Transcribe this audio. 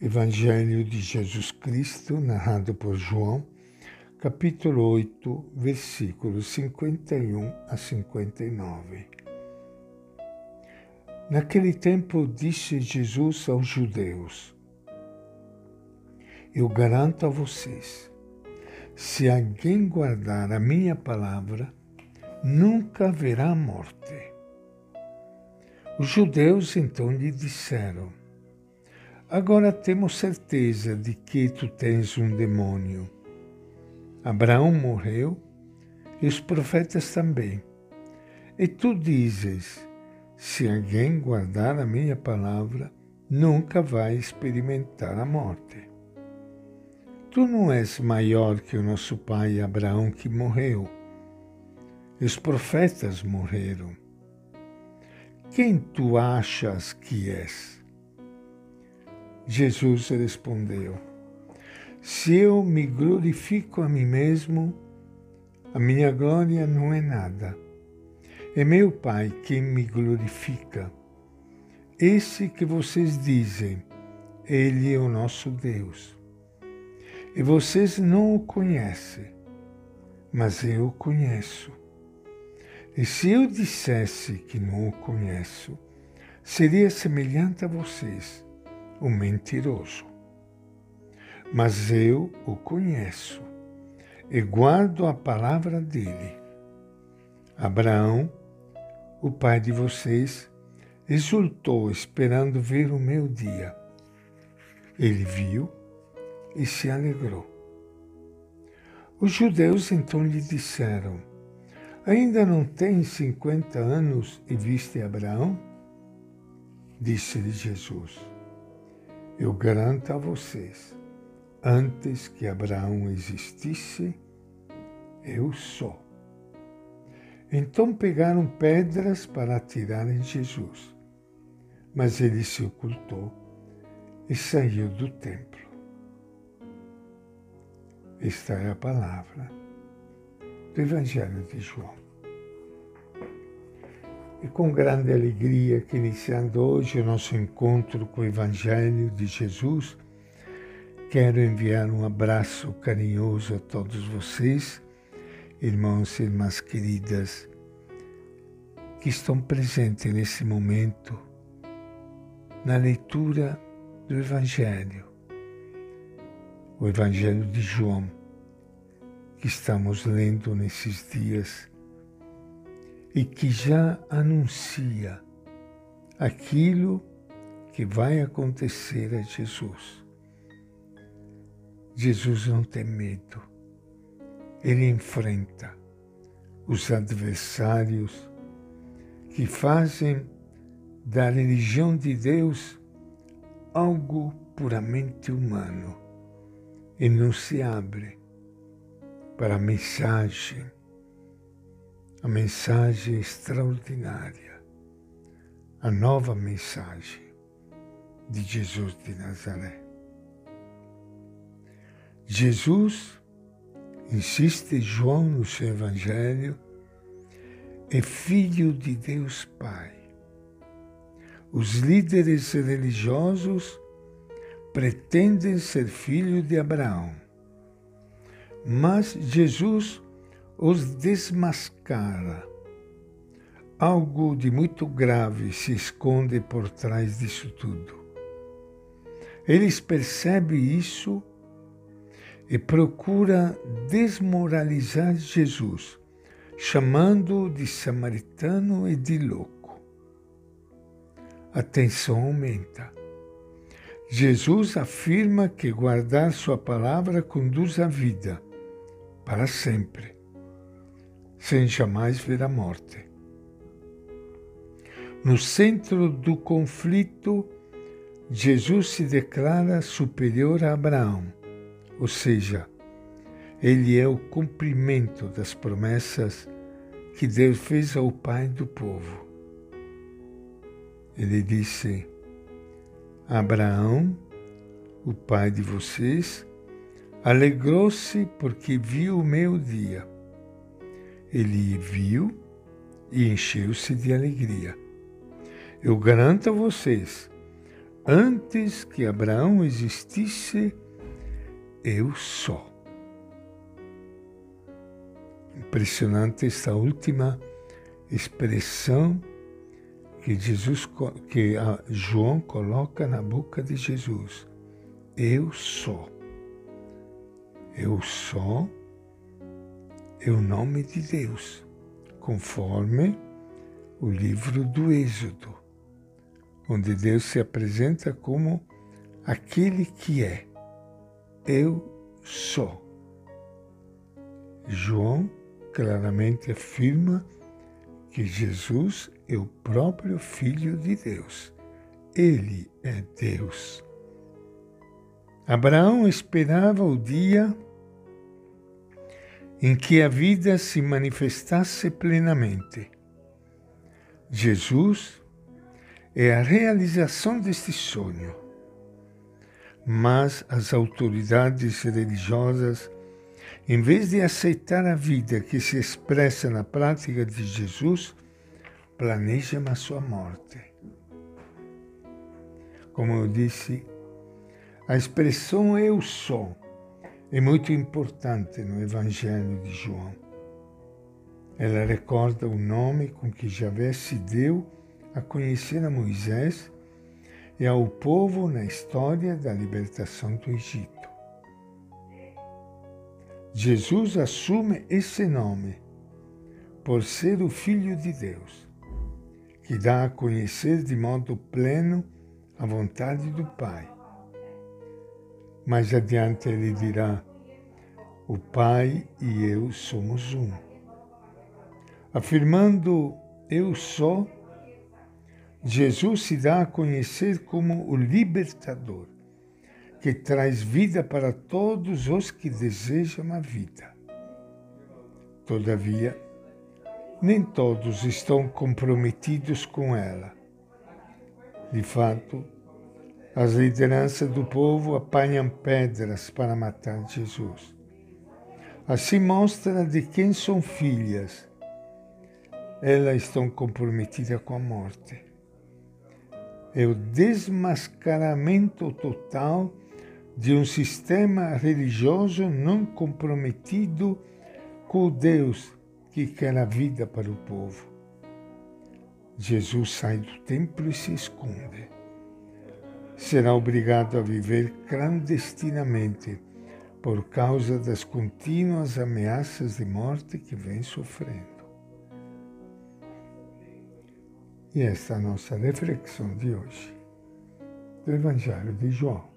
Evangelho de Jesus Cristo, narrado por João, capítulo 8, versículos 51 a 59. Naquele tempo disse Jesus aos judeus: Eu garanto a vocês, se alguém guardar a minha palavra, nunca haverá morte. Os judeus então lhe disseram: Agora temos certeza de que tu tens um demônio. Abraão morreu e os profetas também. E tu dizes: se alguém guardar a minha palavra, nunca vai experimentar a morte. Tu não és maior que o nosso pai Abraão, que morreu. E os profetas morreram. Quem tu achas que és? Jesus respondeu: Se eu me glorifico a mim mesmo, a minha glória não é nada. É meu Pai quem me glorifica. Esse que vocês dizem, Ele é o nosso Deus. E vocês não o conhecem, mas eu o conheço. E se eu dissesse que não o conheço, seria semelhante a vocês, o mentiroso. Mas eu o conheço e guardo a palavra dele. Abraão, o pai de vocês, exultou esperando ver o meu dia. Ele viu e se alegrou. Os judeus então lhe disseram: Ainda não tens 50 anos e viste Abraão? Disse-lhe Jesus: Eu garanto a vocês, antes que Abraão existisse, eu sou. Então pegaram pedras para atirar em Jesus, mas ele se ocultou e saiu do templo. Esta é a palavra do Evangelho de João. E com grande alegria que iniciando hoje o nosso encontro com o Evangelho de Jesus, quero enviar um abraço carinhoso a todos vocês, irmãos e irmãs queridas, que estão presentes nesse momento na leitura do Evangelho, o Evangelho de João, que estamos lendo nesses dias e que já anuncia aquilo que vai acontecer a Jesus. Jesus não tem medo. Ele enfrenta os adversários que fazem da religião de Deus algo puramente humano e não se abre para a mensagem extraordinária, a nova mensagem de Jesus de Nazaré. Jesus, insiste João no seu Evangelho, é filho de Deus Pai. Os líderes religiosos pretendem ser filho de Abraão, mas Jesus os desmascara. Algo de muito grave se esconde por trás disso tudo. Eles percebem isso e procuram desmoralizar Jesus, chamando-o de samaritano e de louco. A tensão aumenta. Jesus afirma que guardar sua palavra conduz à vida, para sempre, sem jamais ver a morte. No centro do conflito, Jesus se declara superior a Abraão, ou seja, ele é o cumprimento das promessas que Deus fez ao pai do povo. Ele disse: Abraão, o pai de vocês, alegrou-se porque viu o meu dia. Ele viu e encheu-se de alegria. Eu garanto a vocês, Antes que Abraão existisse, eu sou. Impressionante esta última expressão que João coloca na boca de Jesus. Eu sou. Eu sou é o nome de Deus, conforme o livro do Êxodo, onde Deus se apresenta como aquele que é. Eu sou. João claramente afirma que Jesus é o próprio Filho de Deus. Ele é Deus. Abraão esperava o dia em que a vida se manifestasse plenamente. Jesus é a realização deste sonho. Mas as autoridades religiosas, em vez de aceitar a vida que se expressa na prática de Jesus, planejam a sua morte. Como eu disse, a expressão eu sou é muito importante no Evangelho de João. Ela recorda o nome com que Javé se deu a conhecer a Moisés e ao povo na história da libertação do Egito. Jesus assume esse nome por ser o Filho de Deus, que dá a conhecer de modo pleno a vontade do Pai. Mais adiante ele dirá: o Pai e eu somos um. Afirmando eu sou, Jesus se dá a conhecer como o libertador, que traz vida para todos os que desejam a vida. Todavia, nem todos estão comprometidos com ela. De fato, as lideranças do povo apanham pedras para matar Jesus. Assim mostra de quem são filhas. Elas estão comprometidas com a morte. É o desmascaramento total de um sistema religioso não comprometido com o Deus que quer a vida para o povo. Jesus sai do templo e se esconde. Será obrigado a viver clandestinamente por causa das contínuas ameaças de morte que vem sofrendo. E esta é a nossa reflexão de hoje, do Evangelho de João.